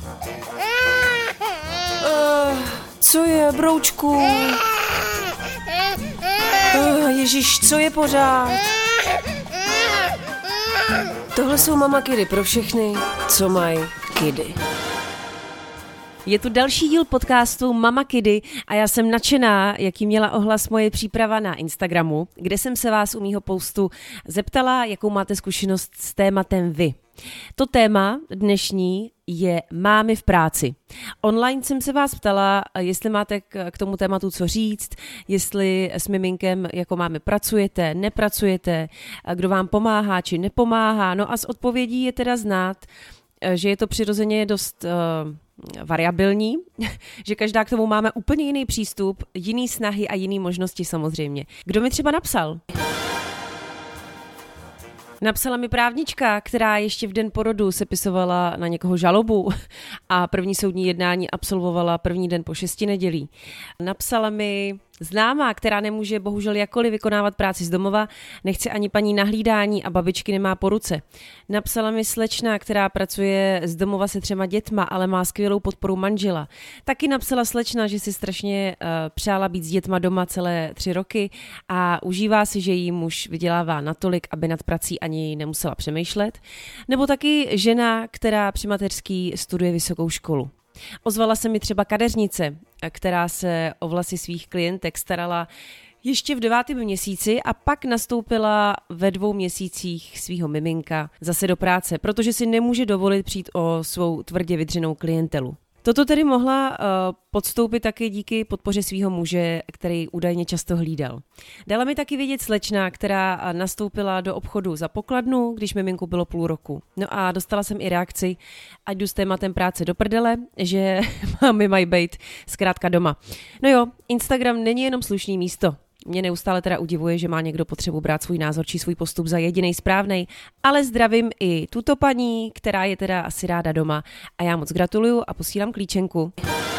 Co je, broučku? Ježiš, co je pořád? Tohle jsou Mama Kidy pro všechny, co mají kidy. Je tu další díl podcastu Mama Kidy a já jsem nadšená, jaký měla ohlas moje příprava na Instagramu, kde jsem se vás u mýho postu zeptala, jakou máte zkušenost s tématem vy. To téma dnešní je mámy v práci. Online jsem se vás ptala, jestli máte k tomu tématu co říct, jestli s miminkem jako mámy pracujete, nepracujete, kdo vám pomáhá či nepomáhá. No a z odpovědí je teda znát, že je to přirozeně dost variabilní, že každá k tomu máme úplně jiný přístup, jiný snahy a jiný možnosti samozřejmě. Kdo mi třeba napsal? Napsala mi právnička, která ještě v den porodu sepisovala na někoho žalobu a první soudní jednání absolvovala první den po 6 nedělí. Napsala mi známá, která nemůže bohužel jakkoliv vykonávat práci z domova, nechce ani paní na hlídání a babičky nemá po ruce. Napsala mi slečna, která pracuje z domova se 3 dětma, ale má skvělou podporu manžela. Taky napsala slečna, že si strašně přála být s dětma doma celé 3 roky a užívá si, že jí muž vydělává natolik, aby nad prací ani nemusela přemýšlet. Nebo taky žena, která při mateřský studuje vysokou školu. Ozvala se mi třeba kadeřnice, která se o vlasy svých klientek starala ještě v 9. měsíci a pak nastoupila ve 2 měsících svýho miminka zase do práce, protože si nemůže dovolit přijít o svou tvrdě vydřenou klientelu. Toto tedy mohla podstoupit taky díky podpoře svého muže, který údajně často hlídal. Dala mi taky vědět slečna, která nastoupila do obchodu za pokladnu, když miminku bylo 0,5 roku. No a dostala jsem i reakci, ať jdu s tématem práce do prdele, že mámy mají být zkrátka doma. No jo, Instagram není jenom slušný místo. Mě neustále teda udivuje, že má někdo potřebu brát svůj názor či svůj postup za jedinej správnej, ale zdravím i tuto paní, která je teda asi ráda doma a já moc gratuluju a posílám klíčenku.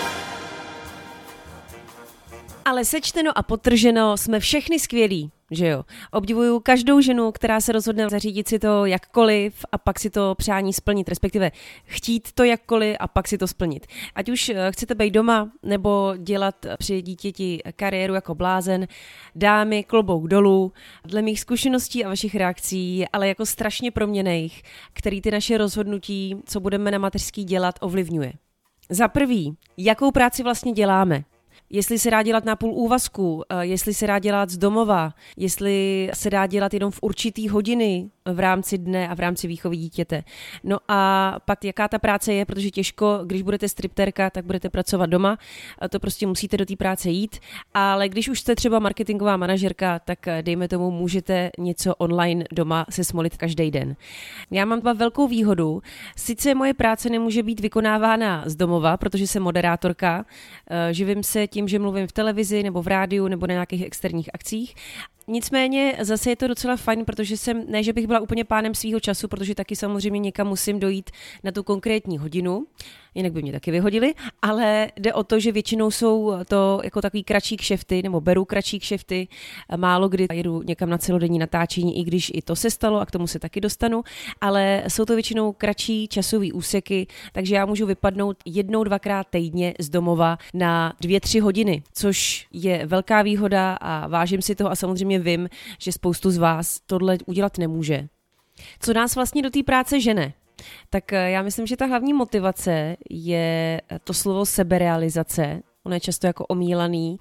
Ale sečteno a podtrženo jsme všechny skvělí, že jo. Obdivuju každou ženu, která se rozhodne zařídit si to jakkoliv a pak si to přání splnit, respektive chtít to jakkoliv a pak si to splnit. Ať už chcete být doma nebo dělat při dítěti kariéru jako blázen, dámy, klobouk dolů, dle mých zkušeností a vašich reakcí, ale jako strašně proměnných, který ty naše rozhodnutí, co budeme na mateřský dělat, ovlivňuje. Za prvý, jakou práci vlastně děláme? Jestli se dá dělat na půl úvazku, jestli se dá dělat z domova, jestli se dá dělat jenom v určitý hodiny v rámci dne a v rámci výchovy dítěte. No a pak jaká ta práce je, protože těžko, když budete striptérka, tak budete pracovat doma, to prostě musíte do té práce jít, ale když už jste třeba marketingová manažerka, tak dejme tomu, můžete něco online doma se smolit každý den. Já mám velkou výhodu, sice moje práce nemůže být vykonávána z domova, protože jsem moderátorka, živím se tím, že mluvím v televizi nebo v rádiu nebo na nějakých externích akcích. Nicméně zase je to docela fajn, protože ne, že bych byla úplně pánem svýho času, protože taky samozřejmě někam musím dojít na tu konkrétní hodinu, jinak by mě taky vyhodili, ale jde o to, že většinou jsou to jako takový kratší kšefty, nebo beru kratší kšefty, málo kdy jedu někam na celodenní natáčení, i když i to se stalo a k tomu se taky dostanu, ale jsou to většinou kratší časový úseky, takže já můžu vypadnout 1-2krát týdně z domova na 2-3 hodiny, což je velká výhoda a vážím si toho a samozřejmě vím, že spoustu z vás tohle udělat nemůže. Co nás vlastně do té práce žene? Tak já myslím, že ta hlavní motivace je to slovo seberealizace. Ono je často jako omílaný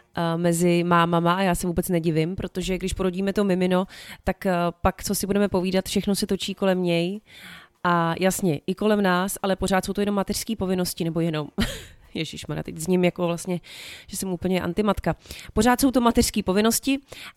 mezi mámama a já se vůbec nedivím, protože když porodíme to mimino, tak pak, co si budeme povídat, všechno se točí kolem něj a jasně, i kolem nás, ale pořád jsou to jenom mateřské povinnosti, nebo jenom... Ježišmarja, teď zním jako vlastně, že jsem úplně antimatka. Pořád jsou to mateřské povinnosti,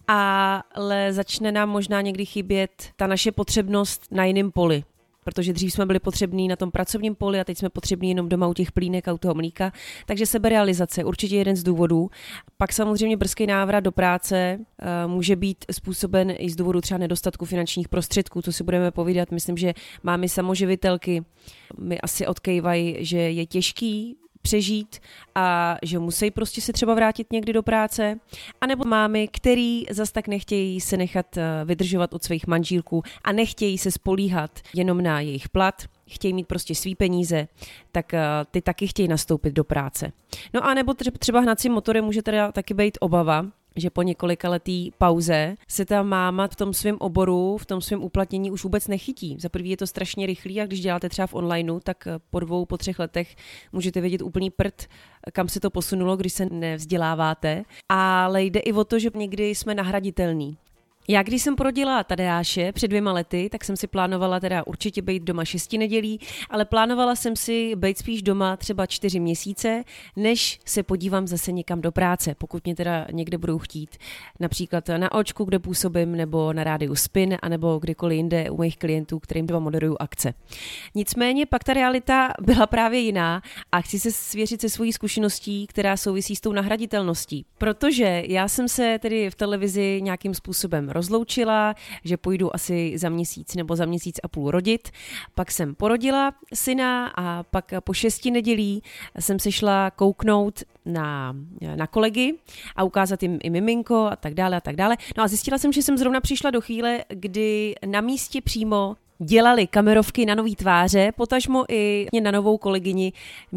ale začne nám možná někdy chybět ta naše potřebnost na jiném poli. Protože dřív jsme byli potřební na tom pracovním poli a teď jsme potřební jenom doma u těch plínek a u toho mlíka. Takže seberealizace určitě jeden z důvodů. Pak samozřejmě brzký návrat do práce může být způsoben i z důvodu třeba nedostatku finančních prostředků, co si budeme povídat. Myslím, že máme samoživitelky, mi asi odkejvají, že je těžký přežít a že musí prostě se třeba vrátit někdy do práce. A nebo mámy, který zas tak nechtějí se nechat vydržovat od svých manžílků a nechtějí se spolíhat jenom na jejich plat, chtějí mít prostě svý peníze, tak ty taky chtějí nastoupit do práce. No a nebo třeba hnacím motorem může teda taky být obava, že po několika letý pauze se ta máma v tom svém oboru, v tom svém uplatnění už vůbec nechytí. Za prvý je to strašně rychlý a když děláte třeba v onlineu, tak po 2, po 3 letech můžete vědět úplný prd, kam se to posunulo, když se nevzděláváte. Ale jde i o to, že někdy jsme nahraditelní. Já když jsem porodila Tadeáše před 2 lety, tak jsem si plánovala teda určitě být doma 6 nedělí, ale plánovala jsem si být spíš doma třeba 4 měsíce, než se podívám zase někam do práce, pokud mě teda někde budou chtít. Například na Očku, kde působím, nebo na rádiu Spin, anebo kdekoliv jinde u mých klientů, kterým doma moderuju akce. Nicméně pak ta realita byla právě jiná a chci se svěřit se svojí zkušeností, která souvisí s tou nahraditelností. Protože já jsem se tedy v televizi nějakým způsobem rozloučila, že půjdu asi za měsíc nebo za měsíc a půl rodit. Pak jsem porodila syna a pak po 6 nedělí jsem se šla kouknout na kolegy a ukázat jim i miminko a tak dále a tak dále. No a zjistila jsem, že jsem zrovna přišla do chvíle, kdy na místě přímo dělali kamerovky na nový tváře, potažmo i na novou kolegyni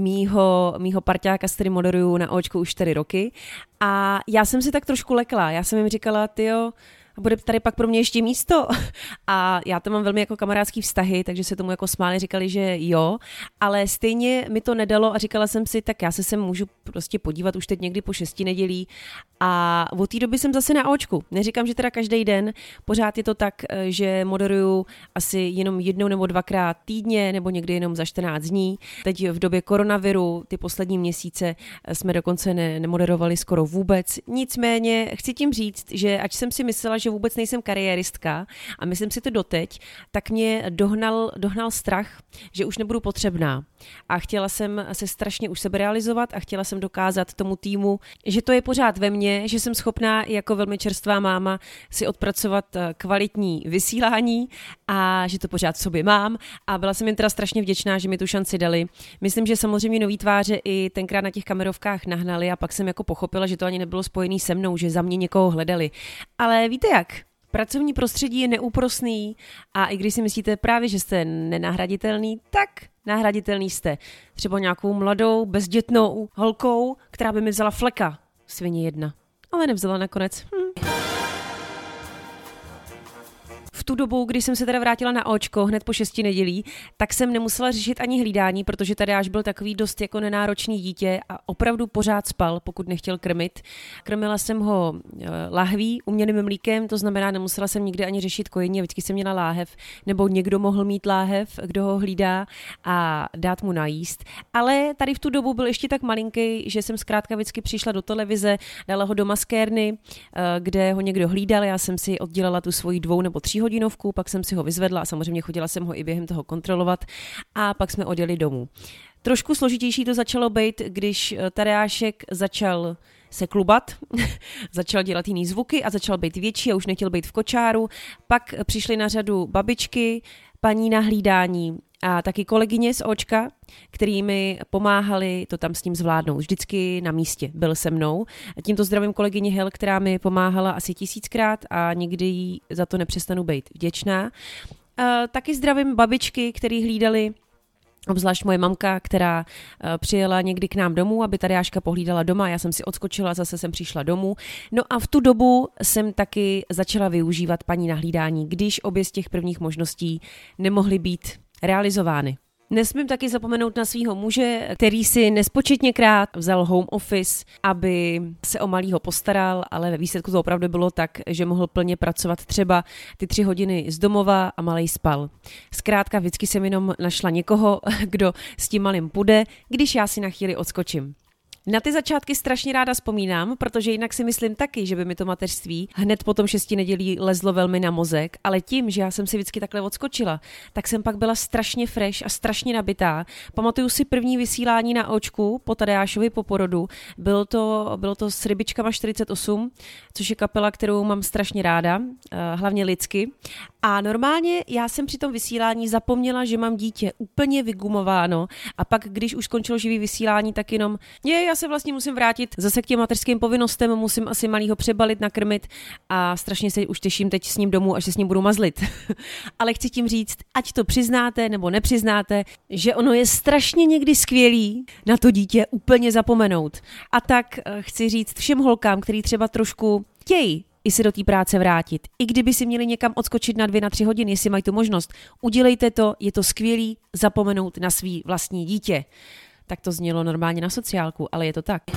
mýho parťáka, s kterým moderuju na Očku už 4 roky. A já jsem si tak trošku lekla. Já jsem jim říkala, tyjo, bude tady pak pro mě ještě místo. A já tam mám velmi jako kamarádský vztahy, takže se tomu jako smáli, říkali, že jo, ale stejně mi to nedalo a říkala jsem si, tak já se sem můžu prostě podívat už teď někdy po 6 nedělí a od té doby jsem zase na Očku. Neříkám, že teda každý den, pořád je to tak, že moderuju asi jenom 1 nebo 2krát týdně nebo někdy jenom za 14 dní. Teď v době koronaviru, ty poslední měsíce jsme dokonce nemoderovali skoro vůbec. Nicméně chci tím říct, že ač jsem si myslela, že vůbec nejsem kariéristka a myslím si to doteď, tak mě dohnal strach, že už nebudu potřebná. A chtěla jsem se strašně už seberealizovat a chtěla jsem dokázat tomu týmu, že to je pořád ve mně, že jsem schopná jako velmi čerstvá máma si odpracovat kvalitní vysílání a že to pořád v sobě mám a byla jsem jim teda strašně vděčná, že mi tu šanci dali. Myslím, že samozřejmě nový tváře i tenkrát na těch kamerovkách nahnali a pak jsem jako pochopila, že to ani nebylo spojený se mnou, že za mě někoho hledali. Ale víte jak? Pracovní prostředí je neúprosný a i když si myslíte právě, že jste nenahraditelný, tak nahraditelný jste. Třeba nějakou mladou, bezdětnou holkou, která by mi vzala fleka. Svině jedna. Ale nevzala nakonec. V tu dobu, kdy jsem se teda vrátila na Očko hned po 6 nedělí, tak jsem nemusela řešit ani hlídání, protože tady až byl takový dost jako nenáročný dítě a opravdu pořád spal, pokud nechtěl krmit. Krmila jsem ho lahví umělým mlíkem, to znamená, nemusela jsem nikdy ani řešit kojení, vždycky jsem měla láhev, nebo někdo mohl mít láhev, kdo ho hlídá a dát mu najíst. Ale tady v tu dobu byl ještě tak malinký, že jsem zkrátka vždycky přišla do televize, dala ho do maskérny, kde ho někdo hlídal, já jsem si oddělala tu svoji 2 nebo 3 hodinovku, pak jsem si ho vyzvedla a samozřejmě chodila jsem ho i během toho kontrolovat a pak jsme odjeli domů. Trošku složitější to začalo být, když Tadeášek začal se klubat, začal dělat jiný zvuky a začal být větší a už nechtěl být v kočáru. Pak přišly na řadu babičky, paní na hlídání a taky kolegyně z Očka, který mi pomáhali to tam s ním zvládnout. Vždycky na místě byl se mnou. Tímto zdravím kolegyni Hel, která mi pomáhala asi 1000krát a nikdy jí za to nepřestanu být vděčná. Taky zdravím babičky, který hlídali, obzvlášť moje mamka, která přijela někdy k nám domů, aby Tadeáška pohlídala doma, já jsem si odskočila, zase jsem přišla domů. No a v tu dobu jsem taky začala využívat paní na hlídání, když obě z těch prvních možností nemohly být realizovány. Nesmím taky zapomenout na svého muže, který si nespočetněkrát vzal home office, aby se o malýho postaral, ale ve výsledku to opravdu bylo tak, že mohl plně pracovat třeba ty 3 hodiny z domova a malej spal. Zkrátka vždycky jsem jenom našla někoho, kdo s tím malým půjde, když já si na chvíli odskočím. Na ty začátky strašně ráda vzpomínám, protože jinak si myslím taky, že by mi to mateřství hned po tom 6 nedělí lezlo velmi na mozek, ale tím, že já jsem si vždycky takhle odskočila, tak jsem pak byla strašně fresh a strašně nabitá. Pamatuju si první vysílání na Očku po Tadeášovi po porodu. Bylo to s Rybičkama 48, což je kapela, kterou mám strašně ráda, hlavně lidsky. A normálně já jsem při tom vysílání zapomněla, že mám dítě úplně vygumováno a pak, když už skončilo živý vysílání, tak jenom já se vlastně musím vrátit zase k těm mateřským povinnostem, musím asi malýho přebalit, nakrmit a strašně se už těším teď s ním domů, až se s ním budu mazlit. Ale chci tím říct, ať to přiznáte nebo nepřiznáte, že ono je strašně někdy skvělý na to dítě úplně zapomenout. A tak chci říct všem holkám, který třeba trošku chtějí i se do té práce vrátit. I kdyby si měli někam odskočit na 2, na 3 hodiny, jestli mají tu možnost, udělejte to, je to skvělý zapomenout na svý vlastní dítě. Tak to znělo normálně na sociálku, ale je to tak.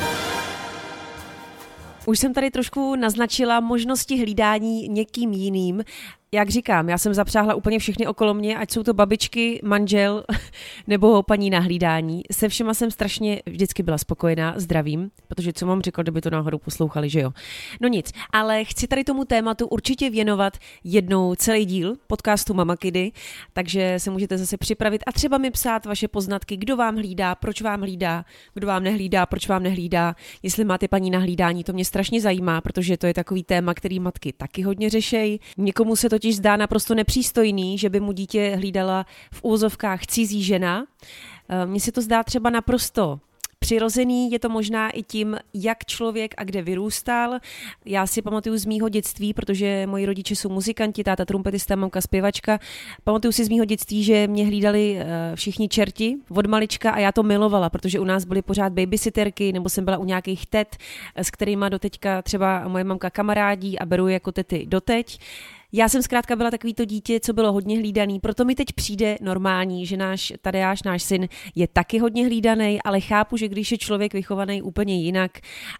Už jsem tady trošku naznačila možnosti hlídání někým jiným. Jak říkám, já jsem zapřáhla úplně všechny okolo mě, ať jsou to babičky, manžel nebo paní na hlídání. Se všema jsem strašně vždycky byla spokojená, zdravím, protože co mám řekl, kdyby to náhodou poslouchali, že jo. No nic, ale chci tady tomu tématu určitě věnovat jednou celý díl podcastu Mama Kidy, takže se můžete zase připravit a třeba mi psát vaše poznatky, kdo vám hlídá, proč vám hlídá, kdo vám nehlídá, proč vám nehlídá, jestli máte paní na hlídání, to mě strašně zajímá, protože to je takový téma, který matky taky hodně řešejí. Někomu se totiž zdá naprosto nepřístojný, že by mu dítě hlídala v úvozovkách cizí žena. Mně se to zdá třeba naprosto přirozený, je to možná i tím, jak člověk a kde vyrůstal. Já si pamatuju z mýho dětství, protože moji rodiče jsou muzikanti, táta trumpetista, mamka zpěvačka. Pamatuju si z mýho dětství, že mě hlídali všichni čerti od malička a já to milovala, protože u nás byly pořád babysitterky, nebo jsem byla u nějakých tet, s kterýma doteďka třeba moje mamka kamarádí a beru jako tety doteď. Já jsem zkrátka byla takový to dítě, co bylo hodně hlídaný, proto mi teď přijde normální, že náš Tadeáš, náš syn, je taky hodně hlídaný, ale chápu, že když je člověk vychovaný úplně jinak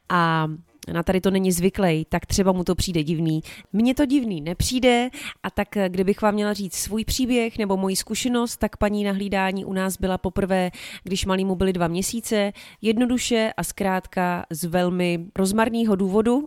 a na tady to není zvyklý, tak třeba mu to přijde divný. Mně to divný nepřijde a tak kdybych vám měla říct svůj příběh nebo moji zkušenost, tak paní na hlídání u nás byla poprvé, když malýmu byly 2 měsíce, jednoduše a zkrátka z velmi rozmarného důvodu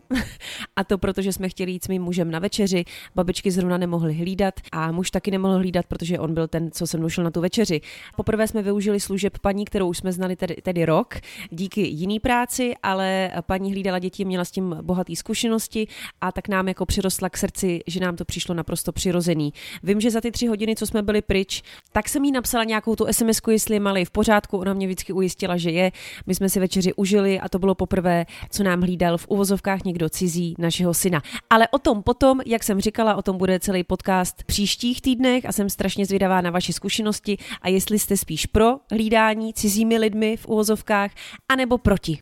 a to proto, že jsme chtěli jít s mým mužem na večeři, babičky zrovna nemohly hlídat a muž taky nemohl hlídat, protože on byl ten, co se mnou šel na tu večeři. Poprvé jsme využili služeb paní, kterou už jsme znali tedy rok, díky jiný práci, ale paní hlídala děti, měla s tím bohatý zkušenosti a tak nám jako přirostla k srdci, že nám to přišlo naprosto přirozený. Vím, že za ty 3 hodiny, co jsme byli pryč, tak jsem jí napsala nějakou tu SMS-ku, jestli je malý v pořádku, ona mě vždycky ujistila, že je. My jsme si večeři užili a to bylo poprvé, co nám hlídal v uvozovkách někdo cizí našeho syna. Ale o tom potom, jak jsem říkala, o tom bude celý podcast v příštích týdnech a jsem strašně zvědavá na vaše zkušenosti a jestli jste spíš pro hlídání cizími lidmi v uvozovkách, anebo proti.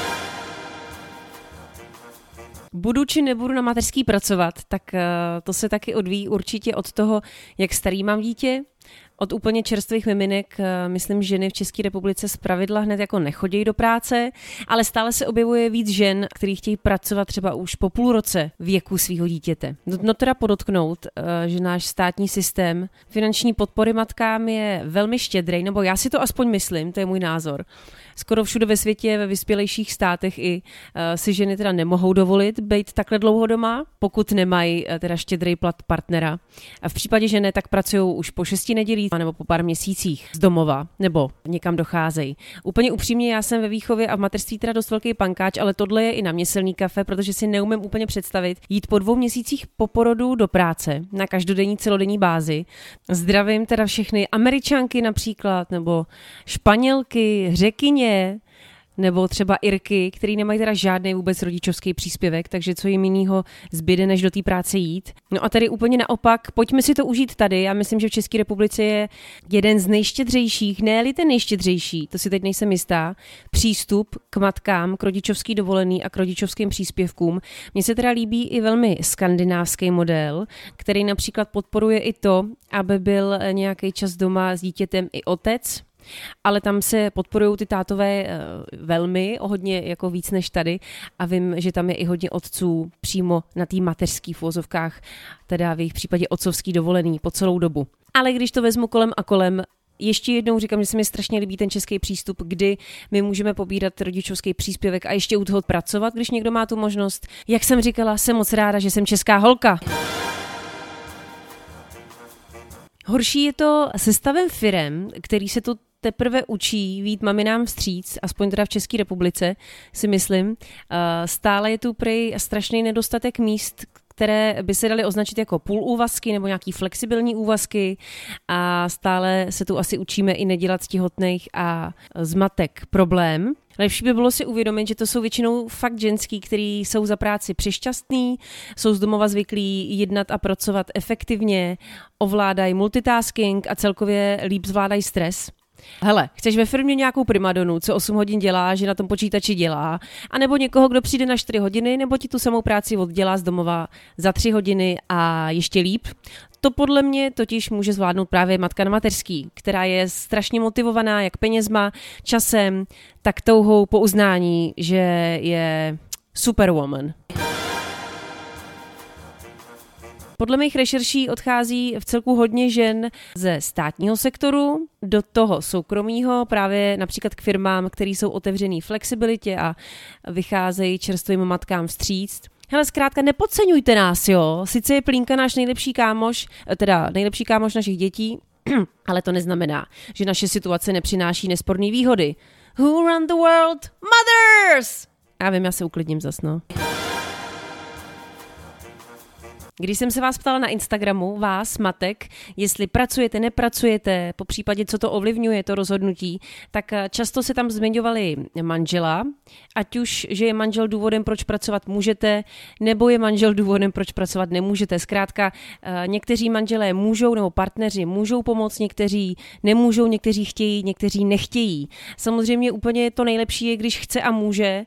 Budu či nebudu na mateřský pracovat, tak to se taky odvíjí určitě od toho, jak starý mám dítě. Od úplně čerstvých miminek, myslím, ženy v České republice zpravidla hned jako nechodí do práce, ale stále se objevuje víc žen, kteří chtějí pracovat třeba už po půl roce věku svého dítěte. No teda podotknout, že náš státní systém finanční podpory matkám je velmi štědrý, nebo já si to aspoň myslím, to je můj názor. Skoro všude ve světě, ve vyspělejších státech i si ženy teda nemohou dovolit být takhle dlouho doma, pokud nemají teda štědrý plat partnera. A v případě, že ne, tak pracují už po 6 nedělích nebo po pár měsících z domova, nebo někam docházejí. Úplně upřímně, já jsem ve výchově a v mateřství teda dost velký pankáč, ale tohle je i na mě silný kafe, protože si neumím úplně představit jít po 2 měsících po porodu do práce na každodenní celodenní bázi. Zdravím teda všechny Američanky například, nebo Španělky, Řekyně, nebo třeba Irky, který nemají teda žádný vůbec rodičovský příspěvek, takže co jim jinýho zbyde, než do té práce jít. No a tady úplně naopak, pojďme si to užít tady. Já myslím, že v České republice je jeden z nejštědřejších, ne-li ten nejštědřejší, to si teď nejsem jistá, přístup k matkám, k rodičovský dovolený a k rodičovským příspěvkům. Mně se teda líbí i velmi skandinávský model, který například podporuje i to, aby byl nějaký čas doma s dítětem i otec, ale tam se podporují ty tátové velmi, o hodně jako víc než tady a vím, že tam je i hodně otců přímo na té mateřský v uvozovkách, teda v jejich případě otcovský dovolený po celou dobu. Ale když to vezmu kolem a kolem, ještě jednou říkám, že se mi strašně líbí ten český přístup, kdy my můžeme pobírat rodičovský příspěvek a ještě u toho pracovat, když někdo má tu možnost. Jak jsem říkala, jsem moc ráda, že jsem česká holka. Horší je to se stavem firem, který se tu teprve učí vyjít maminám vstříc, aspoň teda v České republice, si myslím. Stále je tu prej strašný nedostatek míst, které by se daly označit jako půlúvazky nebo nějaký flexibilní úvazky a stále se tu asi učíme i nedělat z těhotných a z matek problém. Lepší by bylo si uvědomit, že to jsou většinou fakt ženský, který jsou za práci přešťastný, jsou z domova zvyklí jednat a pracovat efektivně, ovládají multitasking a celkově líp zvládají stres. Hele, chceš ve firmě nějakou primadonu, co 8 hodin dělá, že na tom počítači dělá, anebo někoho, kdo přijde na 4 hodiny, nebo ti tu samou práci oddělá z domova za 3 hodiny a ještě líp? To podle mě totiž může zvládnout právě matka na mateřský, která je strašně motivovaná jak penězma, časem, tak touhou po uznání, že je superwoman. Podle mých rešerší odchází v celku hodně žen ze státního sektoru do toho soukromého, právě například k firmám, které jsou otevřený flexibilitě a vycházejí čerstvým matkám vstříc. Hele, zkrátka nepodceňujte nás, jo. Sice je Plínka náš nejlepší kámoš našich dětí, ale to neznamená, že naše situace nepřináší nesporné výhody. Who run the world? Mothers! Já vím, já se uklidním zas, no. Když jsem se vás ptala na Instagramu, vás, matek, jestli pracujete, nepracujete, po případě co to ovlivňuje, to rozhodnutí, tak často se tam zmiňovali manžela, ať už, že je manžel důvodem, proč pracovat můžete, nebo je manžel důvodem, proč pracovat nemůžete. Zkrátka, někteří manželé můžou, nebo partneři můžou pomoct, někteří nemůžou, někteří chtějí, někteří nechtějí. Samozřejmě úplně to nejlepší je, když chce a může.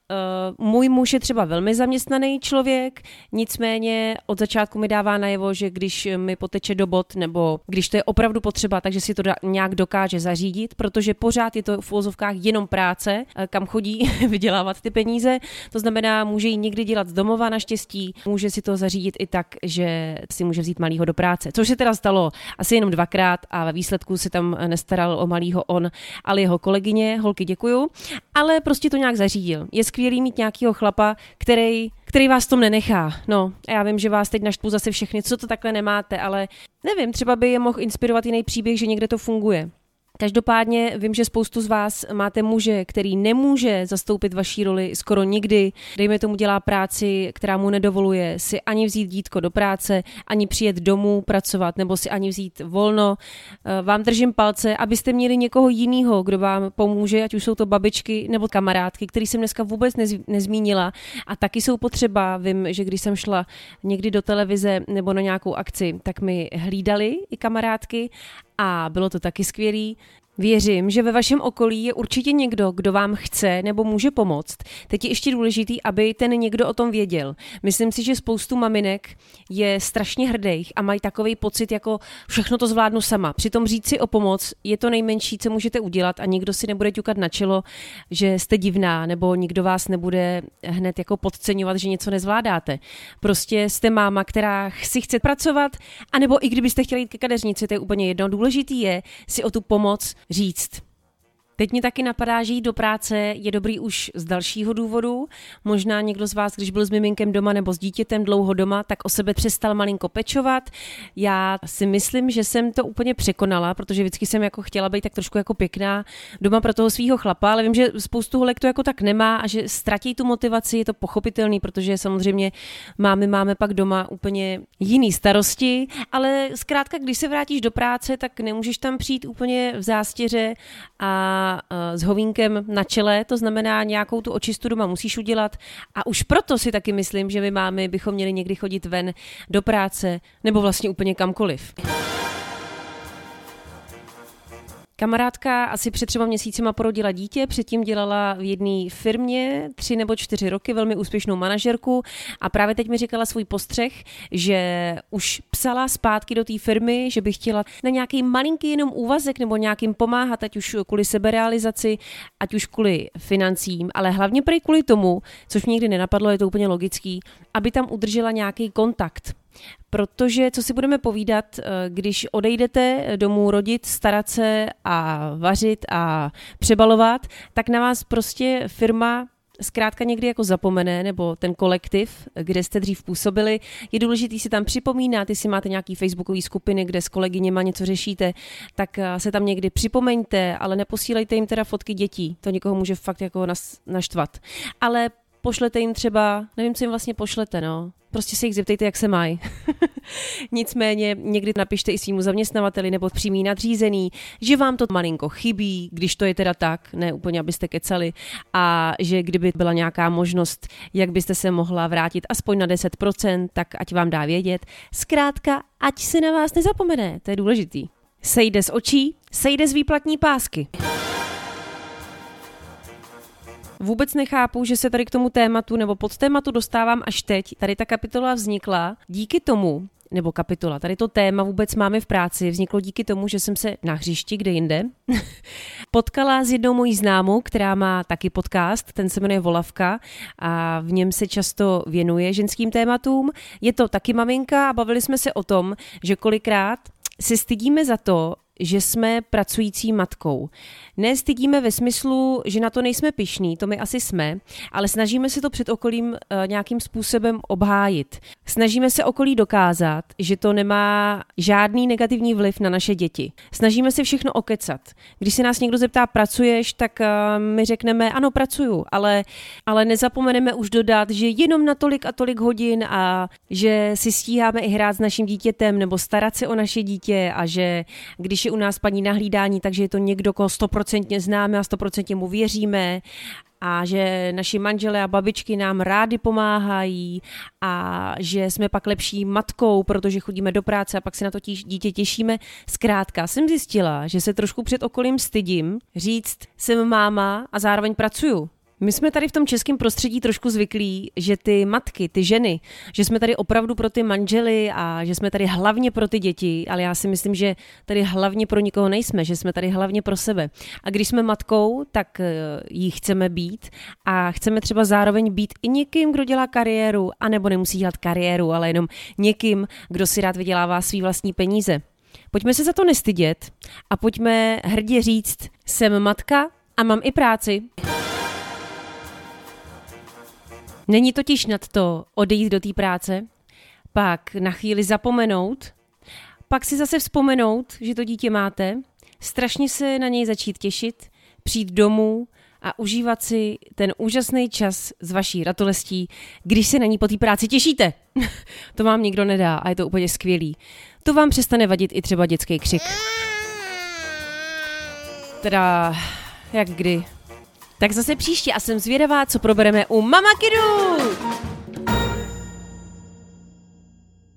Můj muž je třeba velmi zaměstnaný člověk, nicméně od začátku mi dává najevo, že když mi poteče do bod, nebo když to je opravdu potřeba, takže si to nějak dokáže zařídit, protože pořád je to v uvozovkách jenom práce, kam chodí vydělávat ty peníze, to znamená, může ji někdy dělat z domova naštěstí, může si to zařídit i tak, že si může vzít malýho do práce, což se teda stalo asi jenom 2krát a ve výsledku se tam nestaral o malýho on, ale jeho kolegyně, holky děkuju, ale prostě to nějak zařídil. Je skvělý mít nějakýho chlapa, který vás tom nenechá. No, já vím, že vás teď naštvu zase všechny, co to takhle nemáte, ale nevím, třeba by je mohl inspirovat jiný příběh, že někde to funguje. Každopádně vím, že spoustu z vás máte muže, který nemůže zastoupit vaší roli skoro nikdy. Dejme tomu dělá práci, která mu nedovoluje si ani vzít dítko do práce, ani přijet domů pracovat, nebo si ani vzít volno. Vám držím palce, abyste měli někoho jiného, kdo vám pomůže, ať už jsou to babičky nebo kamarádky, který jsem dneska vůbec nezmínila a taky jsou potřeba. Vím, že když jsem šla někdy do televize nebo na nějakou akci, tak mi hlídali i kamarádky a bylo to taky skvělý. Věřím, že ve vašem okolí je určitě někdo, kdo vám chce nebo může pomoct. Teď je ještě důležitý, aby ten někdo o tom věděl. Myslím si, že spoustu maminek je strašně hrdých a mají takový pocit, jako všechno to zvládnu sama. Přitom říct si o pomoc je to nejmenší, co můžete udělat a nikdo si nebude ťukat na čelo, že jste divná, nebo nikdo vás nebude hned jako podceňovat, že něco nezvládáte. Prostě jste máma, která si chce pracovat, anebo i kdybyste chtěli jít ke kadeřnici, to je úplně jedno. Důležitý je si o tu pomoc říct. Teď mě taky napadá, že jít do práce je dobrý už z dalšího důvodu. Možná někdo z vás, když byl s miminkem doma nebo s dítětem dlouho doma, tak o sebe přestal malinko pečovat. Já si myslím, že jsem to úplně překonala, protože vždycky jsem jako chtěla být tak trošku jako pěkná doma pro toho svýho chlapa, ale vím, že spoustu holek to jako tak nemá a že ztratí tu motivaci, je to pochopitelný, protože samozřejmě máme pak doma úplně jiný starosti, ale zkrátka, když se vrátíš do práce, tak nemůžeš tam přijít úplně v zástěře a s hovínkem na čele, to znamená nějakou tu očistu doma musíš udělat a už proto si taky myslím, že my mámy bychom měli někdy chodit ven do práce nebo vlastně úplně kamkoliv. Kamarádka asi před 3 měsícima porodila dítě, předtím dělala v jedné firmě 3 nebo 4 roky, velmi úspěšnou manažerku a právě teď mi říkala svůj postřeh, že už psala zpátky do té firmy, že by chtěla na nějaký malinký jenom úvazek nebo nějakým pomáhat, ať už kvůli seberealizaci, ať už kvůli financím, ale hlavně prý kvůli tomu, což mě nikdy nenapadlo, je to úplně logický, aby tam udržela nějaký kontakt. Protože, co si budeme povídat, když odejdete domů rodit, starat se a vařit a přebalovat, tak na vás prostě firma zkrátka někdy jako zapomene, nebo ten kolektiv, kde jste dřív působili. Je důležitý si tam připomínat, jestli máte nějaký facebookové skupiny, kde s kolegyněma něco řešíte, tak se tam někdy připomeňte, ale neposílejte jim teda fotky dětí. To někoho může fakt jako naštvat. Ale pošlete jim třeba, nevím, co jim vlastně pošlete, no. prostě se jich zeptejte, jak se mají. Nicméně někdy napište i svýmu zaměstnavateli nebo přímý nadřízený, že vám to malinko chybí, když to je teda tak, ne úplně, abyste kecali, a že kdyby byla nějaká možnost, jak byste se mohla vrátit aspoň na 10%, tak ať vám dá vědět. Zkrátka, ať si na vás nezapomene, to je důležitý. Sejde z očí, sejde z výplatní pásky. Vůbec nechápu, že se tady k tomu tématu nebo pod tématu dostávám až teď. Tady ta kapitola vznikla díky tomu, nebo kapitola, tady to téma vůbec máme v práci, vzniklo díky tomu, že jsem se na hřišti, kde jinde, potkala s jednou mojí známou, která má taky podcast, ten se jmenuje Volavka a v něm se často věnuje ženským tématům. Je to taky maminka a bavili jsme se o tom, že kolikrát se stydíme za to, že jsme pracující matkou. Nestydíme ve smyslu, že na to nejsme pyšní, to my asi jsme, ale snažíme se to před okolím nějakým způsobem obhájit. Snažíme se okolí dokázat, že to nemá žádný negativní vliv na naše děti. Snažíme se všechno okecat. Když se nás někdo zeptá, pracuješ, tak my řekneme, ano, pracuju, ale nezapomeneme už dodat, že jenom na tolik a tolik hodin a že si stíháme i hrát s naším dítětem nebo starat se o naše dítě a že když je u nás paní na hlídání, takže je to někdo, koho 100% známe a 100% mu věříme a že naši manželé a babičky nám rádi pomáhají a že jsme pak lepší matkou, protože chodíme do práce a pak se na to dítě těšíme. Zkrátka jsem zjistila, že se trošku před okolím stydím říct, jsem máma a zároveň pracuju. My jsme tady v tom českém prostředí trošku zvyklí, že ty matky, ty ženy, že jsme tady opravdu pro ty manžely a že jsme tady hlavně pro ty děti, ale já si myslím, že tady hlavně pro nikoho nejsme, že jsme tady hlavně pro sebe. A když jsme matkou, tak jí chceme být a chceme třeba zároveň být i někým, kdo dělá kariéru, anebo nemusí dělat kariéru, ale jenom někým, kdo si rád vydělává svý vlastní peníze. Pojďme se za to nestydět a pojďme hrdě říct, jsem matka a mám i práci. Není totiž nad to odejít do té práce, pak na chvíli zapomenout, pak si zase vzpomenout, že to dítě máte, strašně se na něj začít těšit, přijít domů a užívat si ten úžasný čas s vaší ratolestí, když se na ní po té práci těšíte. To vám nikdo nedá a je to úplně skvělý. To vám přestane vadit i třeba dětský křik. Teda, jak kdy. Tak zase příště a jsem zvědavá, co probereme u Mama Kidu!